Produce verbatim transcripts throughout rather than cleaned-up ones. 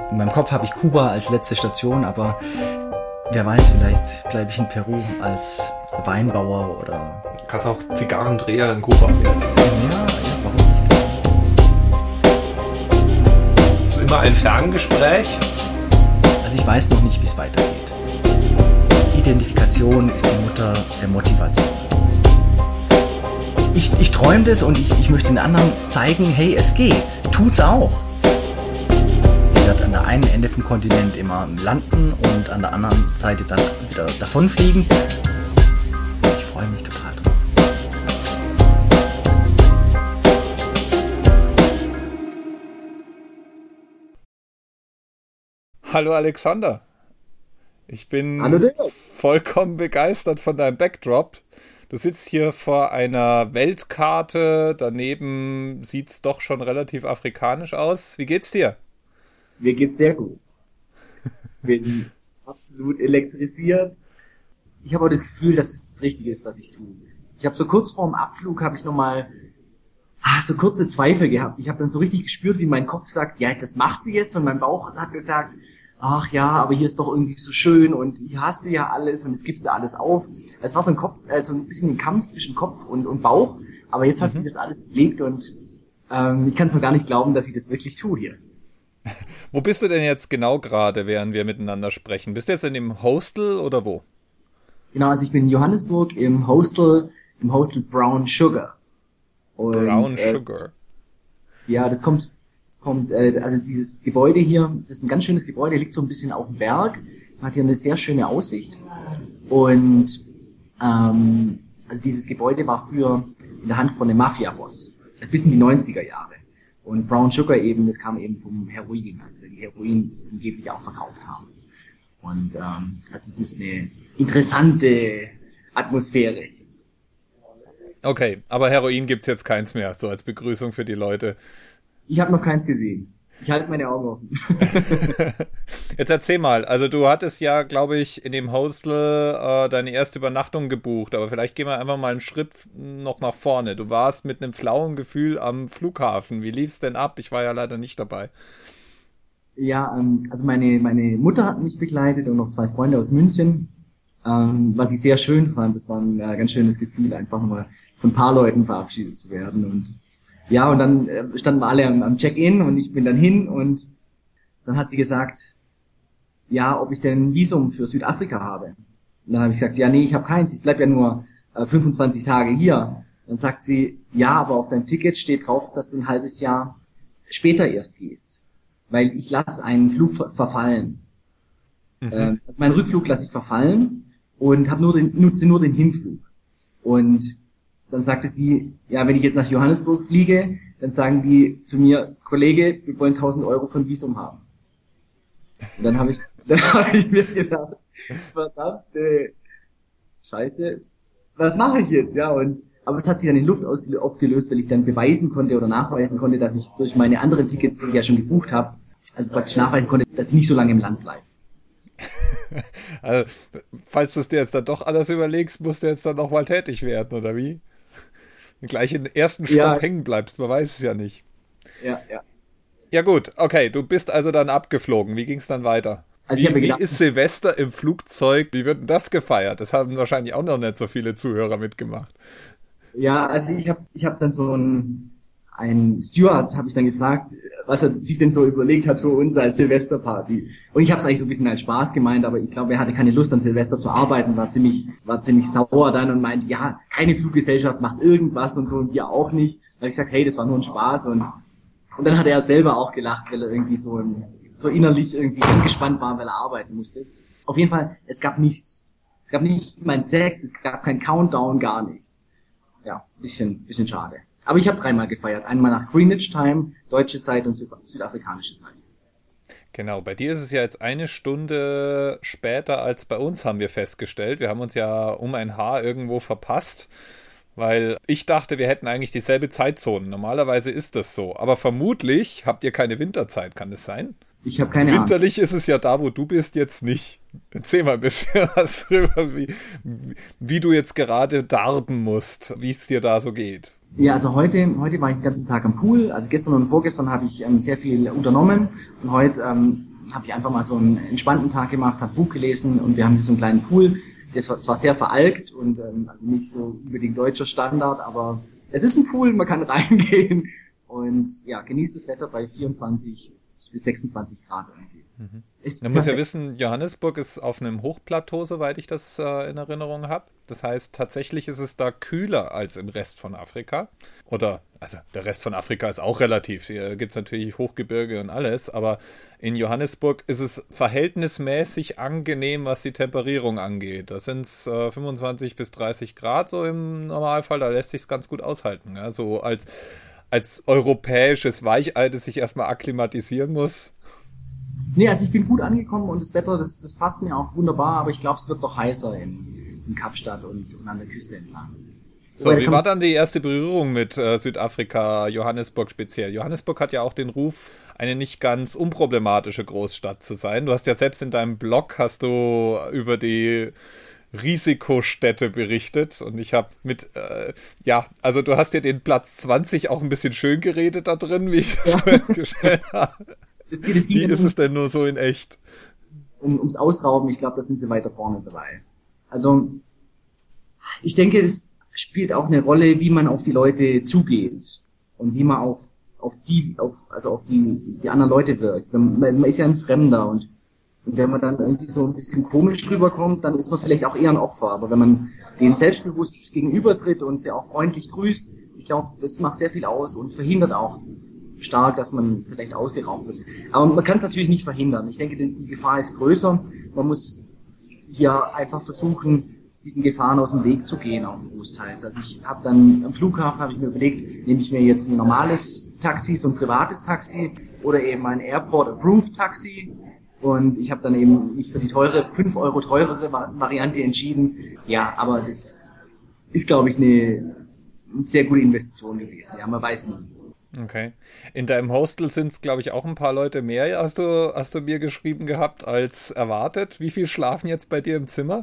In meinem Kopf habe ich Kuba als letzte Station, aber wer weiß, vielleicht bleibe ich in Peru als Weinbauer oder... Du kannst auch Zigarrendreher in Kuba werden. Ja, ja, warum nicht? Es ist immer ein Ferngespräch. Also ich weiß noch nicht, wie es weitergeht. Identifikation ist die Mutter der Motivation. Ich, ich träume das und ich, ich möchte den anderen zeigen, hey, es geht. Tut's auch. Ich werde an der einen Ende vom Kontinent immer landen und an der anderen Seite dann wieder davonfliegen. Ich freue mich total drauf. Hallo Alexander. Ich bin Hallo vollkommen begeistert von deinem Backdrop. Du sitzt hier vor einer Weltkarte, daneben sieht's doch schon relativ afrikanisch aus. Wie geht's dir? Mir geht's sehr gut. Ich bin absolut elektrisiert. Ich habe auch das Gefühl, dass es das Richtige ist, was ich tue. Ich habe so kurz vorm Abflug habe ich nochmal ah, so kurze Zweifel gehabt. Ich habe dann so richtig gespürt, wie mein Kopf sagt, ja, das machst du jetzt. Und mein Bauch hat gesagt, ach ja, aber hier ist doch irgendwie so schön und hier hast du ja alles und jetzt gibst du alles auf. Es war so ein Kopf, äh, so ein bisschen ein Kampf zwischen Kopf und, und Bauch, aber jetzt hat mhm. sich das alles gelegt und ähm, ich kann es noch gar nicht glauben, dass ich das wirklich tue hier. Wo bist du denn jetzt genau gerade, während wir miteinander sprechen? Bist du jetzt in dem Hostel oder wo? Genau, also ich bin in Johannesburg im Hostel, im Hostel Brown Sugar. Und, Brown äh, Sugar. Ja, das kommt... Es kommt, äh, also dieses Gebäude hier, das ist ein ganz schönes Gebäude, liegt so ein bisschen auf dem Berg, hat hier eine sehr schöne Aussicht und ähm, also dieses Gebäude war früher in der Hand von einem Mafia-Boss, bis in die neunziger Jahre und Brown Sugar eben, das kam eben vom Heroin, also die Heroin angeblich auch verkauft haben und ähm, also es ist eine interessante Atmosphäre. Okay, aber Heroin gibt's jetzt keins mehr, so als Begrüßung für die Leute. Ich habe noch keins gesehen. Ich halte meine Augen offen. Jetzt erzähl mal, also du hattest ja, glaube ich, in dem Hostel äh, deine erste Übernachtung gebucht, aber vielleicht gehen wir einfach mal einen Schritt noch nach vorne. Du warst mit einem flauen Gefühl am Flughafen. Wie lief's denn ab? Ich war ja leider nicht dabei. Ja, ähm, also meine meine Mutter hat mich begleitet und noch zwei Freunde aus München, ähm, was ich sehr schön fand. Das war ein äh, ganz schönes Gefühl, einfach mal von ein paar Leuten verabschiedet zu werden und ja, und dann äh, standen wir alle am, am Check-in und ich bin dann hin und dann hat sie gesagt, ja, ob ich denn ein Visum für Südafrika habe. Und dann habe ich gesagt, ja, nee, ich habe keins, ich bleib ja nur äh, fünfundzwanzig Tage hier. Dann sagt sie, ja, aber auf deinem Ticket steht drauf, dass du ein halbes Jahr später erst gehst, weil ich lasse einen Flug ver- verfallen. Mhm. Äh, also meinen Rückflug lasse ich verfallen und habe nur den, nutze nur den Hinflug. Und dann sagte sie, ja, wenn ich jetzt nach Johannesburg fliege, dann sagen die zu mir, Kollege, wir wollen tausend Euro für ein Visum haben. Und dann habe ich, dann habe ich mir gedacht, verdammte Scheiße, was mache ich jetzt, ja? Und aber es hat sich dann in Luft ausge- aufgelöst, weil ich dann beweisen konnte oder nachweisen konnte, dass ich durch meine anderen Tickets, die ich ja schon gebucht habe, also praktisch nachweisen konnte, dass ich nicht so lange im Land bleibe. Also, falls du es dir jetzt dann doch alles überlegst, musst du jetzt dann nochmal tätig werden, oder wie? Gleich im ersten Stopp Ja. hängen bleibst, man weiß es ja nicht. Ja, ja. Ja gut, okay, du bist also dann abgeflogen. Wie ging es dann weiter? Also wie, ich habe mir gedacht, wie ist Silvester im Flugzeug, wie wird denn das gefeiert? Das haben wahrscheinlich auch noch nicht so viele Zuhörer mitgemacht. ja, also ich habe ich hab dann so ein ein Steward habe ich dann gefragt, was er sich denn so überlegt hat für uns als Silvesterparty. Und ich habe es eigentlich so ein bisschen als Spaß gemeint, aber ich glaube, er hatte keine Lust an Silvester zu arbeiten, war ziemlich war ziemlich sauer dann und meint, ja, keine Fluggesellschaft macht irgendwas und so und wir auch nicht. Da habe ich gesagt, hey, das war nur ein Spaß und und dann hat er selber auch gelacht, weil er irgendwie so so innerlich irgendwie angespannt war, weil er arbeiten musste. Auf jeden Fall, es gab nichts. Es gab nicht mal ein Sekt, es gab kein Countdown, gar nichts. Ja, bisschen bisschen schade. Aber ich habe dreimal gefeiert. Einmal nach Greenwich Time, deutsche Zeit und Süd- südafrikanische Zeit. Genau, bei dir ist es ja jetzt eine Stunde später als bei uns, haben wir festgestellt. Wir haben uns ja um ein Haar irgendwo verpasst, weil ich dachte, wir hätten eigentlich dieselbe Zeitzone. Normalerweise ist das so. Aber vermutlich habt ihr keine Winterzeit, kann das sein? Ich habe keine also Ahnung. winterlich ist es ja da, wo du bist, jetzt nicht. Erzähl mal ein bisschen was drüber, wie, wie du jetzt gerade darben musst, wie es dir da so geht. Ja, also heute, heute war ich den ganzen Tag am Pool. Also gestern und vorgestern habe ich ähm, sehr viel unternommen und heute ähm, habe ich einfach mal so einen entspannten Tag gemacht, habe Buch gelesen und wir haben hier so einen kleinen Pool. Der ist zwar sehr veralkt und ähm, also nicht so unbedingt deutscher Standard, aber es ist ein Pool, man kann reingehen und ja, genießt das Wetter bei vierundzwanzig bis sechsundzwanzig Grad irgendwie. Mhm. Man muss ja wissen, Johannesburg ist auf einem Hochplateau, soweit ich das äh, in Erinnerung habe. Das heißt, tatsächlich ist es da kühler als im Rest von Afrika. Oder, also der Rest von Afrika ist auch relativ. Hier gibt es natürlich Hochgebirge und alles, aber in Johannesburg ist es verhältnismäßig angenehm, was die Temperierung angeht. Da sind es äh, fünfundzwanzig bis dreißig Grad so im Normalfall, da lässt sich ganz gut aushalten. Ja? So als, als europäisches Weichei, das sich erstmal akklimatisieren muss. Nee, also ich bin gut angekommen und das Wetter, das, das passt mir auch wunderbar, aber ich glaube, es wird noch heißer in, in Kapstadt und, und an der Küste entlang. So, wie war dann die erste Berührung mit äh, Südafrika, Johannesburg speziell? Johannesburg hat ja auch den Ruf, eine nicht ganz unproblematische Großstadt zu sein. Du hast ja selbst in deinem Blog, hast du über die Risikostädte berichtet und ich habe mit, äh, ja, also du hast dir den Platz zwanzig auch ein bisschen schön geredet da drin, wie ich das ja. gestellt habe. Das geht, das Wie ist es denn nur so in echt? Um, ums Ausrauben, ich glaube, da sind sie weiter vorne dabei. Also, ich denke, es spielt auch eine Rolle, wie man auf die Leute zugeht und wie man auf, auf die, auf, also auf die, die anderen Leute wirkt. Man, man ist ja ein Fremder und, und wenn man dann irgendwie so ein bisschen komisch drüber kommt, dann ist man vielleicht auch eher ein Opfer. Aber wenn man denen selbstbewusst gegenübertritt und sie auch freundlich grüßt, ich glaube, das macht sehr viel aus und verhindert auch stark, dass man vielleicht ausgeraubt wird. Aber man kann es natürlich nicht verhindern. Ich denke, die Gefahr ist größer. Man muss hier einfach versuchen, diesen Gefahren aus dem Weg zu gehen, auch großteils. Also ich habe dann am Flughafen, habe ich mir überlegt, nehme ich mir jetzt ein normales Taxi, so ein privates Taxi oder eben ein Airport-Approved Taxi. Und ich habe dann eben mich für die teure, fünf Euro teurere Variante entschieden. Ja, aber das ist, glaube ich, eine sehr gute Investition gewesen. Ja, man weiß nie. Okay. In deinem Hostel sind es, glaube ich, auch ein paar Leute mehr, hast du, hast du mir geschrieben gehabt, als erwartet. Wie viel schlafen jetzt bei dir im Zimmer?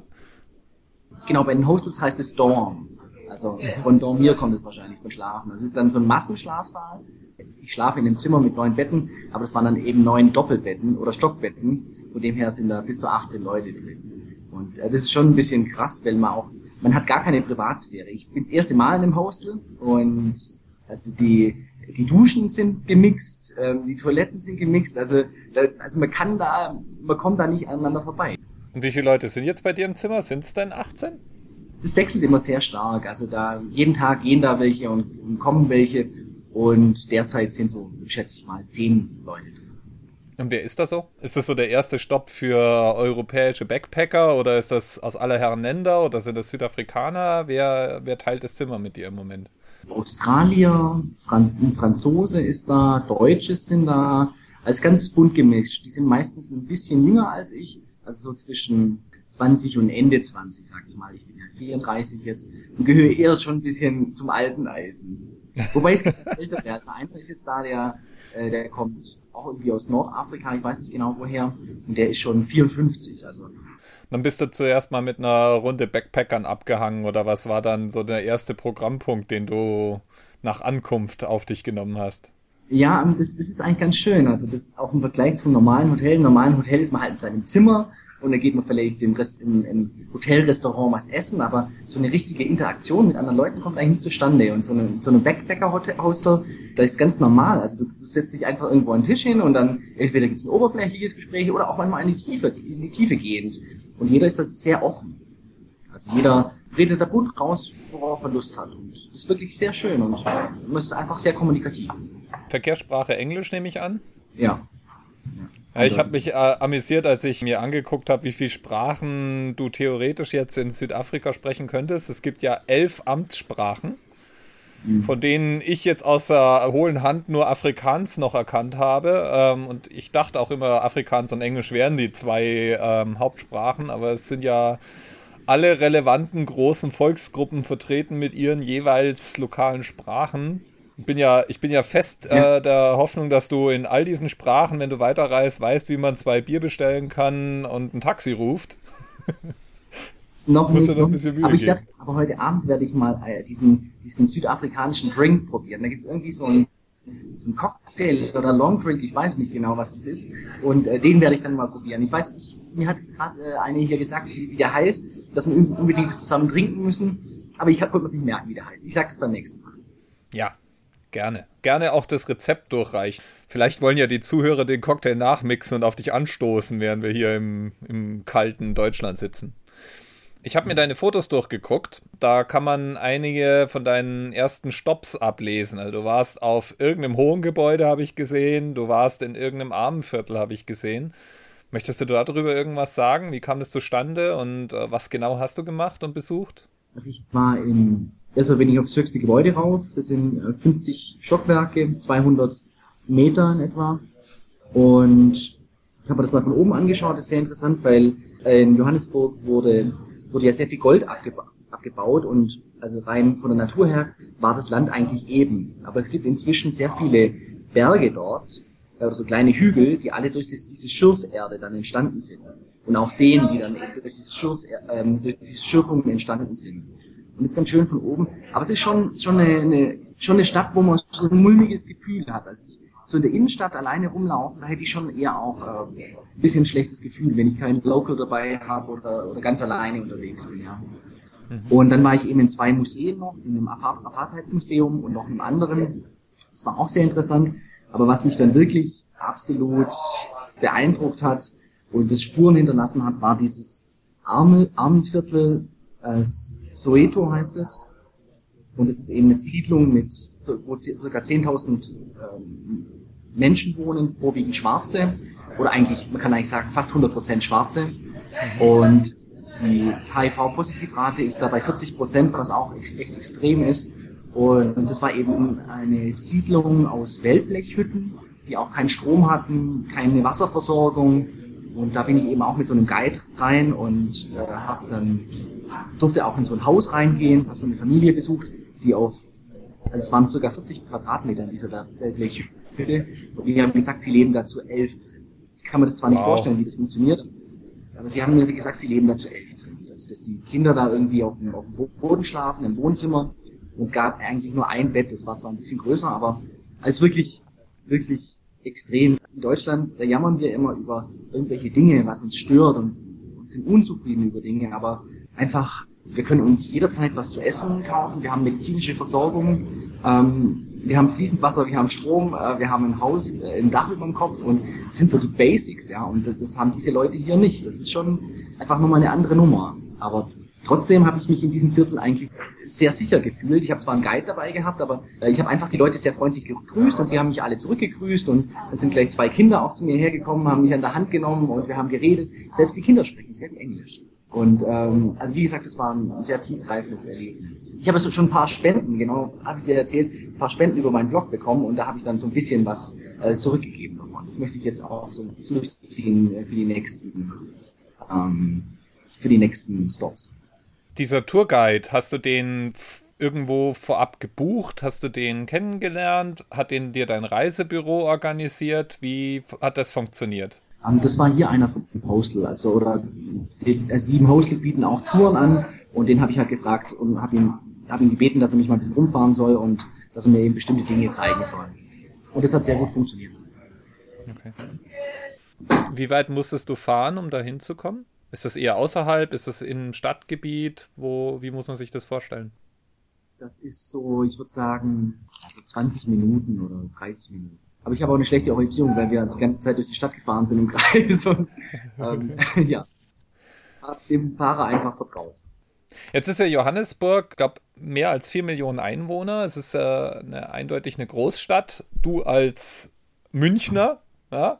Genau, bei den Hostels heißt es Dorm. Also von Dormir kommt es wahrscheinlich, von Schlafen. Das ist dann so ein Massenschlafsaal. Ich schlafe in einem Zimmer mit neun Betten, aber das waren dann eben neun Doppelbetten oder Stockbetten. Von dem her sind da bis zu achtzehn Leute drin. Und äh, das ist schon ein bisschen krass, weil man auch, man hat gar keine Privatsphäre. Ich bin das erste Mal in einem Hostel und also die Die Duschen sind gemixt, ähm, die Toiletten sind gemixt, also, da, also man kann da, man kommt da nicht aneinander vorbei. Und wie viele Leute sind jetzt bei dir im Zimmer? Sind es denn achtzehn? Es wechselt immer sehr stark, also da, jeden Tag gehen da welche und, und kommen welche und derzeit sind so, schätze ich mal, zehn Leute drin. Und wer ist das so? Ist das so der erste Stopp für europäische Backpacker oder ist das aus aller Herren Länder oder sind das Südafrikaner? Wer, wer teilt das Zimmer mit dir im Moment? Australier, Franz, ein Franzose ist da, Deutsche sind da, also ganz bunt gemischt. Die sind meistens ein bisschen jünger als ich, also so zwischen zwanzig und Ende zwanzig, sag ich mal. Ich bin ja vierunddreißig jetzt und gehöre eher schon ein bisschen zum alten Eisen. Wobei es älter wäre. Also einer ist jetzt da, der, äh, der kommt auch irgendwie aus Nordafrika, ich weiß nicht genau woher, und der ist schon vierundfünfzig, also. Dann bist du zuerst mal mit einer Runde Backpackern abgehangen oder was war dann so der erste Programmpunkt, den du nach Ankunft auf dich genommen hast? Ja, das, das ist eigentlich ganz schön. Also das auch im Vergleich zum normalen Hotel. Im normalen Hotel ist man halt in seinem Zimmer und dann geht man vielleicht im, Rest, im, im Hotelrestaurant was essen, aber so eine richtige Interaktion mit anderen Leuten kommt eigentlich nicht zustande. Und so eine, so eine Backpacker-Hostel, das ist ganz normal. Also du, du setzt dich einfach irgendwo an den Tisch hin und dann entweder gibt es ein oberflächliches Gespräch oder auch manchmal in die Tiefe, in die Tiefe gehend. Und jeder ist da sehr offen. Also jeder redet da bunt raus, worauf er Lust hat. Und das ist wirklich sehr schön und man ist einfach sehr kommunikativ. Verkehrssprache Englisch nehme ich an? Ja. Ja, ich habe mich äh, amüsiert, als ich mir angeguckt habe, wie viele Sprachen du theoretisch jetzt in Südafrika sprechen könntest. Es gibt ja elf Amtssprachen, mhm. von denen ich jetzt aus der hohlen Hand nur Afrikaans noch erkannt habe. Ähm, und ich dachte auch immer, Afrikaans und Englisch wären die zwei ähm, Hauptsprachen, aber es sind ja alle relevanten großen Volksgruppen vertreten mit ihren jeweils lokalen Sprachen. Ich bin ja, ich bin ja fest ja. äh, der Hoffnung, dass du in all diesen Sprachen, wenn du weiterreist, weißt, wie man zwei Bier bestellen kann und ein Taxi ruft. Noch Musst nicht, noch ein bisschen Mühe aber, ich geben. werd, aber heute Abend werde ich mal äh, diesen, diesen südafrikanischen Drink probieren. Da gibt's irgendwie so ein, so ein Cocktail oder Longdrink, ich weiß nicht genau, was das ist. Und äh, den werde ich dann mal probieren. Ich weiß, ich, mir hat jetzt gerade äh, eine hier gesagt, wie, wie der heißt, dass wir unbedingt das zusammen trinken müssen. Aber ich konnte mir nicht merken, wie der heißt. Ich sage es beim nächsten Mal. Ja, gerne. Gerne auch das Rezept durchreichen. Vielleicht wollen ja die Zuhörer den Cocktail nachmixen und auf dich anstoßen, während wir hier im, im kalten Deutschland sitzen. Ich habe mir deine Fotos durchgeguckt. Da kann man einige von deinen ersten Stopps ablesen. Also du warst auf irgendeinem hohen Gebäude, habe ich gesehen. Du warst in irgendeinem Armenviertel, habe ich gesehen. Möchtest du darüber irgendwas sagen? Wie kam das zustande und äh, was genau hast du gemacht und besucht? Also ich war in, erstmal bin ich aufs höchste Gebäude rauf. Das sind fünfzig Stockwerke, zweihundert Meter in etwa. Und ich habe mir das mal von oben angeschaut. Das ist sehr interessant, weil in Johannesburg wurde wurde ja sehr viel Gold abgeba- abgebaut und also rein von der Natur her war das Land eigentlich eben. Aber es gibt inzwischen sehr viele Berge dort, oder so kleine Hügel, die alle durch das, diese Schürferde dann entstanden sind. Und auch Seen, die dann eben durch diese, Schürf, ähm, durch diese Schürfungen entstanden sind. Und das ist ganz schön von oben. Aber es ist schon, schon, eine, eine, schon eine Stadt, wo man so ein mulmiges Gefühl hat. Als ich so in der Innenstadt alleine rumlaufen, da hätte ich schon eher auch äh, ein bisschen schlechtes Gefühl, wenn ich keinen Local dabei habe oder, oder ganz alleine unterwegs bin. Ja. Mhm. Und dann war ich eben in zwei Museen noch, in einem Apartheidsmuseum und noch einem anderen. Das war auch sehr interessant. Aber was mich dann wirklich absolut beeindruckt hat und das Spuren hinterlassen hat, war dieses arme Armenviertel, äh, Soweto heißt es. Und es ist eben eine Siedlung mit, wo ca. zehntausend ähm, Menschen wohnen, vorwiegend Schwarze. Oder eigentlich, man kann eigentlich sagen, fast hundert Prozent Schwarze. Und die H I V-Positivrate ist da bei vierzig Prozent, was auch echt extrem ist. Und das war eben eine Siedlung aus Wellblechhütten, die auch keinen Strom hatten, keine Wasserversorgung. Und da bin ich eben auch mit so einem Guide rein und äh, hab dann, durfte auch in so ein Haus reingehen, habe so eine Familie besucht, die auf, also es waren ca. vierzig Quadratmeter in dieser Wellblechhütte. Und die haben gesagt, sie leben da zu elf drin. Ich kann mir das zwar nicht wow. vorstellen, wie das funktioniert, aber sie haben mir gesagt, sie leben da zu elf drin. Also, dass die Kinder da irgendwie auf dem, auf dem Boden schlafen, im Wohnzimmer. Und es gab eigentlich nur ein Bett, das war zwar ein bisschen größer, aber es ist wirklich, wirklich extrem. In Deutschland, da jammern wir immer über irgendwelche Dinge, was uns stört und, und sind unzufrieden über Dinge, aber einfach, wir können uns jederzeit was zu essen kaufen, wir haben medizinische Versorgung, ähm, wir haben fließend Wasser, wir haben Strom, äh, wir haben ein Haus, äh, ein Dach über dem Kopf und das sind so die Basics, ja, und das, das haben diese Leute hier nicht. Das ist schon einfach nochmal eine andere Nummer, aber trotzdem habe ich mich in diesem Viertel eigentlich sehr sicher gefühlt. Ich habe zwar einen Guide dabei gehabt, aber äh, ich habe einfach die Leute sehr freundlich gegrüßt und sie haben mich alle zurückgegrüßt und es sind gleich zwei Kinder auch zu mir hergekommen, haben mich an der Hand genommen und wir haben geredet. Selbst die Kinder sprechen sehr gut Englisch. Und ähm, also wie gesagt, es war ein sehr tiefgreifendes Erlebnis. Ich habe also schon ein paar Spenden, genau, habe ich dir erzählt, ein paar Spenden über meinen Blog bekommen und da habe ich dann so ein bisschen was äh, zurückgegeben davon. Das möchte ich jetzt auch so durchziehen für die nächsten, ähm, für die nächsten Stops. Dieser Tourguide, hast du den irgendwo vorab gebucht? Hast du den kennengelernt? Hat den dir dein Reisebüro organisiert? Wie hat das funktioniert? Um, das war hier einer vom Hostel, also oder die, also die im Hostel bieten auch Touren an und den habe ich halt gefragt und habe ihn, hab ihn gebeten, dass er mich mal ein bisschen rumfahren soll und dass er mir eben bestimmte Dinge zeigen soll. Und das hat sehr gut funktioniert. Okay. Wie weit musstest du fahren, um da hinzukommen? Ist das eher außerhalb? Ist das im Stadtgebiet? Wo, wie muss man sich das vorstellen? Das ist so, ich würde sagen, also zwanzig Minuten oder dreißig Minuten. Aber ich habe auch eine schlechte Orientierung, weil wir die ganze Zeit durch die Stadt gefahren sind im Kreis und ähm, ja, habe dem Fahrer einfach vertraut. Jetzt ist ja Johannesburg, ich glaube, mehr als vier Millionen Einwohner. Es ist äh, eine, eindeutig eine Großstadt. Du als Münchner, ja?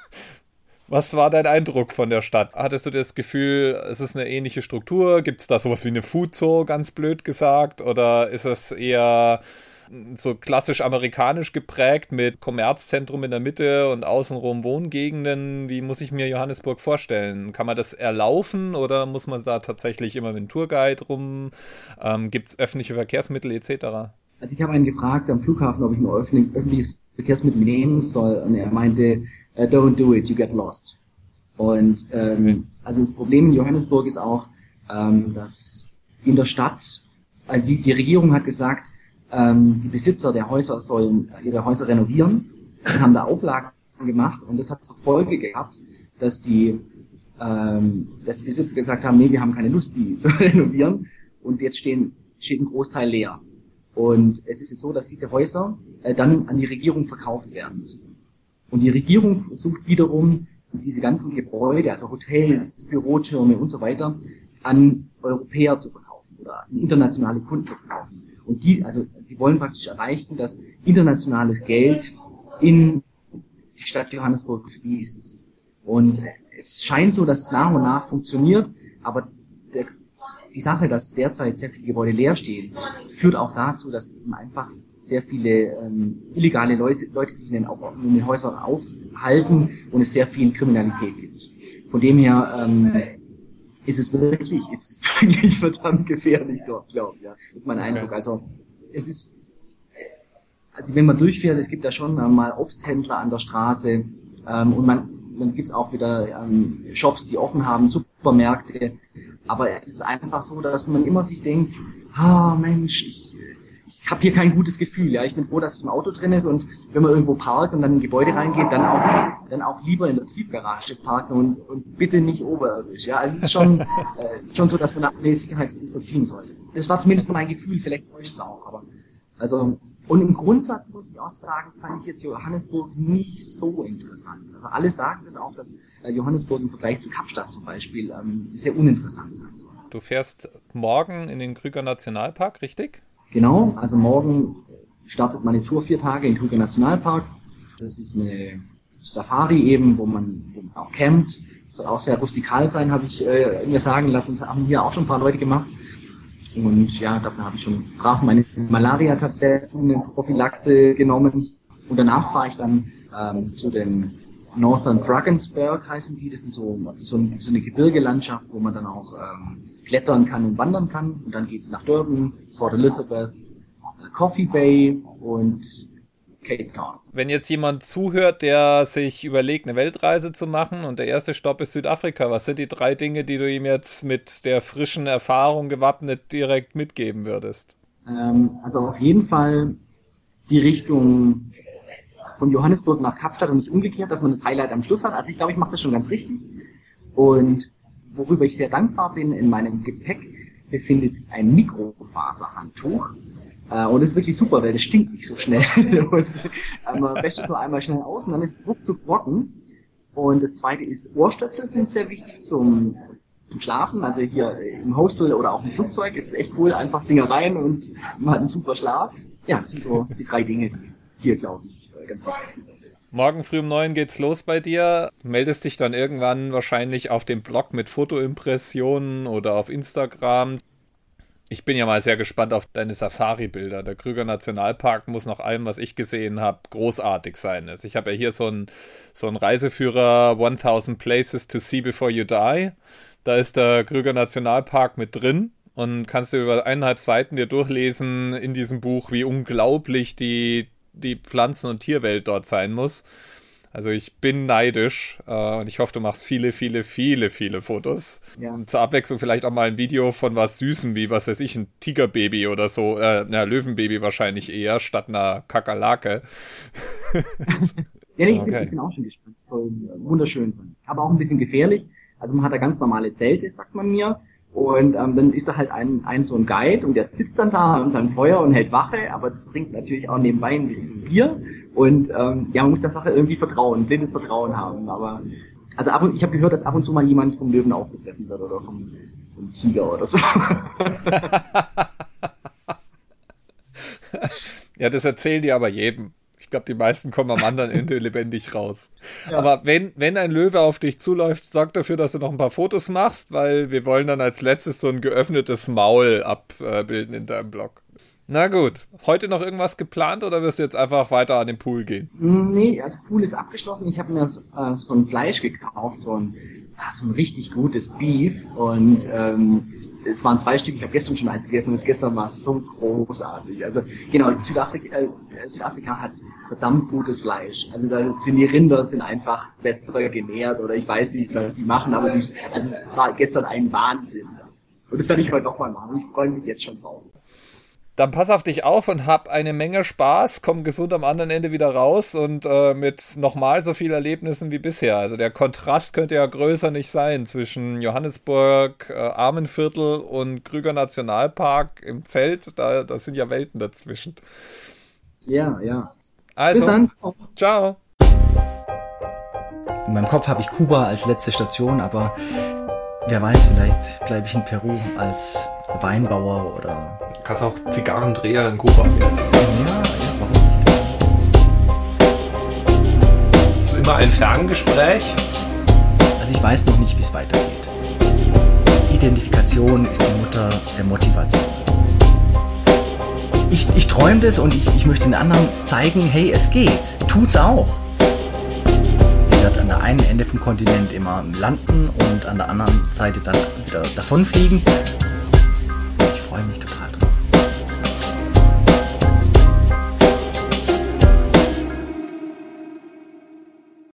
Was war dein Eindruck von der Stadt? Hattest du das Gefühl, es ist eine ähnliche Struktur? Gibt es da sowas wie eine Food Zoo, ganz blöd gesagt? Oder ist es eher so klassisch amerikanisch geprägt mit Kommerzzentrum in der Mitte und außenrum Wohngegenden? Wie muss ich mir Johannesburg vorstellen? Kann man das erlaufen oder muss man da tatsächlich immer mit einem Tourguide rum? Ähm, Gibt es öffentliche Verkehrsmittel et cetera? Also ich habe einen gefragt am Flughafen, ob ich ein öffentliches Verkehrsmittel nehmen soll und er meinte, don't do it, you get lost. Und ähm, also das Problem in Johannesburg ist auch, ähm, dass in der Stadt, also die, die Regierung hat gesagt, ähm, die Besitzer der Häuser sollen ihre Häuser renovieren und haben da Auflagen gemacht und das hat zur Folge gehabt, dass die, ähm, dass die Besitzer gesagt haben, nee, wir haben keine Lust, die zu renovieren und jetzt stehen, steht ein Großteil leer. Und es ist jetzt so, dass diese Häuser äh, dann an die Regierung verkauft werden müssen. Und die Regierung versucht wiederum, diese ganzen Gebäude, also Hotels, Bürotürme und so weiter, an Europäer zu verkaufen oder an internationale Kunden zu verkaufen. Und die, also sie wollen praktisch erreichen, dass internationales Geld in die Stadt Johannesburg fließt. Und es scheint so, dass es nach und nach funktioniert, aber der, die Sache, dass derzeit sehr viele Gebäude leer stehen, führt auch dazu, dass eben einfach sehr viele ähm, illegale Leute, Leute sich in den, in den Häusern aufhalten und es sehr viel Kriminalität gibt. Von dem her ähm, ist es wirklich, ist es wirklich verdammt gefährlich dort, glaube ich. Ja. Das ist mein Eindruck. Also es ist, also wenn man durchfährt, es gibt da schon äh, mal Obsthändler an der Straße ähm, und man, dann gibt's auch wieder ähm, Shops, die offen haben, Supermärkte. Aber es ist einfach so, dass man immer sich denkt, ah Mensch, ich ich habe hier kein gutes Gefühl. Ja, ich bin froh, dass ich im Auto drin ist und wenn man irgendwo parkt und dann in ein Gebäude reingeht, dann auch dann auch lieber in der Tiefgarage parken und, und bitte nicht oberirdisch. Ja, also es ist schon äh, schon so, dass man nach der Sicherheitsdienst ziehen sollte. Das war zumindest mein Gefühl. Vielleicht täuscht es auch, aber also und im Grundsatz muss ich auch sagen, fand ich jetzt Johannesburg nicht so interessant. Also alle sagen das auch, dass äh, Johannesburg im Vergleich zu Kapstadt zum Beispiel ähm, sehr uninteressant sein soll. Du fährst morgen in den Kruger Nationalpark, richtig? Genau, also morgen startet meine Tour vier Tage in Kruger Nationalpark. Das ist eine Safari eben, wo man, wo man auch campt. Soll auch sehr rustikal sein, habe ich äh, mir sagen lassen. Das haben hier auch schon ein paar Leute gemacht. Und ja, dafür habe ich schon brav meine Malaria-Tabletten in Prophylaxe genommen. Und danach fahre ich dann ähm, zu den Northern Drakensberg heißen die. Das sind so, so, so eine Gebirgelandschaft, wo man dann auch ähm, klettern kann und wandern kann. Und dann geht's nach Durban, Port Elizabeth, Coffee Bay und Cape Town. Wenn jetzt jemand zuhört, der sich überlegt, eine Weltreise zu machen und der erste Stopp ist Südafrika, was sind die drei Dinge, die du ihm jetzt mit der frischen Erfahrung gewappnet direkt mitgeben würdest? Ähm, also auf jeden Fall die Richtung von Johannesburg nach Kapstadt und nicht umgekehrt, dass man das Highlight am Schluss hat. Also ich glaube, ich mache das schon ganz richtig. Und worüber ich sehr dankbar bin, in meinem Gepäck befindet sich ein Mikrofaserhandtuch. Äh, und das ist wirklich super, weil das stinkt nicht so schnell. und, äh, man wäscht es nur einmal schnell aus und dann ist es ruckzuck trocken. Und das zweite ist, Ohrstöpsel sind sehr wichtig zum, zum Schlafen. Also hier im Hostel oder auch im Flugzeug ist es echt cool, einfach Dinger rein und man hat einen super Schlaf. Ja, das sind so die drei Dinge, die hier, glaube ich, ganz wichtig sind. Morgen früh um neun geht's los bei dir. Du meldest dich dann irgendwann wahrscheinlich auf dem Blog mit Fotoimpressionen oder auf Instagram. Ich bin ja mal sehr gespannt auf deine Safari-Bilder. Der Kruger Nationalpark muss nach allem, was ich gesehen habe, großartig sein. Also ich habe ja hier so einen so einen Reiseführer tausend Places to See Before You Die. Da ist der Kruger Nationalpark mit drin. Und kannst du über eineinhalb Seiten dir durchlesen in diesem Buch, wie unglaublich die die Pflanzen- und Tierwelt dort sein muss. Also ich bin neidisch äh, und ich hoffe, du machst viele, viele, viele, viele Fotos. Ja. Und zur Abwechslung vielleicht auch mal ein Video von was Süßem, wie, was weiß ich, ein Tigerbaby oder so, äh, na, Löwenbaby wahrscheinlich eher, statt einer Kakerlake. ja, nee, okay. Ich bin auch schon gespannt. Voll wunderschön. Aber auch ein bisschen gefährlich. Also man hat da ganz normale Zelte, sagt man mir. Und ähm, dann ist da halt ein, ein so ein Guide und der sitzt dann da an seinem Feuer und hält Wache, aber trinkt natürlich auch nebenbei ein bisschen Bier. Und ähm, ja, man muss der Sache irgendwie vertrauen, blindes Vertrauen haben. Aber also ab und ich habe gehört, dass ab und zu mal jemand vom Löwen aufgefressen wird oder vom, vom Tiger oder so. Ja, das erzählen die aber jedem. Ich glaube, die meisten kommen am anderen Ende lebendig raus. Ja. Aber wenn, wenn ein Löwe auf dich zuläuft, sorg dafür, dass du noch ein paar Fotos machst, weil wir wollen dann als letztes so ein geöffnetes Maul abbilden in deinem Blog. Na gut, heute noch irgendwas geplant oder wirst du jetzt einfach weiter an den Pool gehen? Nee, also Pool ist abgeschlossen. Ich habe mir so, äh, so ein Fleisch gekauft, so ein, ja, so ein richtig gutes Beef und ähm, es waren zwei Stück, ich habe gestern schon eins gegessen und das gestern war so großartig. Also genau, Südafrika, äh, Südafrika hat verdammt gutes Fleisch. Also da sind die Rinder sind einfach besser genährt oder ich weiß nicht, was die machen, aber die, also es war gestern ein Wahnsinn. Und das werde ich heute nochmal machen und ich freue mich jetzt schon drauf. Dann pass auf dich auf und hab eine Menge Spaß, komm gesund am anderen Ende wieder raus und äh, mit nochmal so viel Erlebnissen wie bisher. Also der Kontrast könnte ja größer nicht sein zwischen Johannesburg, äh, Armenviertel und Krüger Nationalpark im Zelt. Da, da sind ja Welten dazwischen. Ja, ja. Also, bis dann. Ciao. In meinem Kopf habe ich Kuba als letzte Station, aber wer weiß, vielleicht bleibe ich in Peru als Weinbauer oder... Du kannst auch Zigarrendreher in Kuba werden. Ja, ja, warum nicht? Es ist immer ein Ferngespräch. Also ich weiß noch nicht, wie es weitergeht. Identifikation ist die Mutter der Motivation. Ich, ich träume das und ich, ich möchte den anderen zeigen, hey, es geht. Tut's auch. Ich werde an der einen Ende vom Kontinent immer landen und an der anderen Seite dann wieder davonfliegen. Ich freue mich total drauf.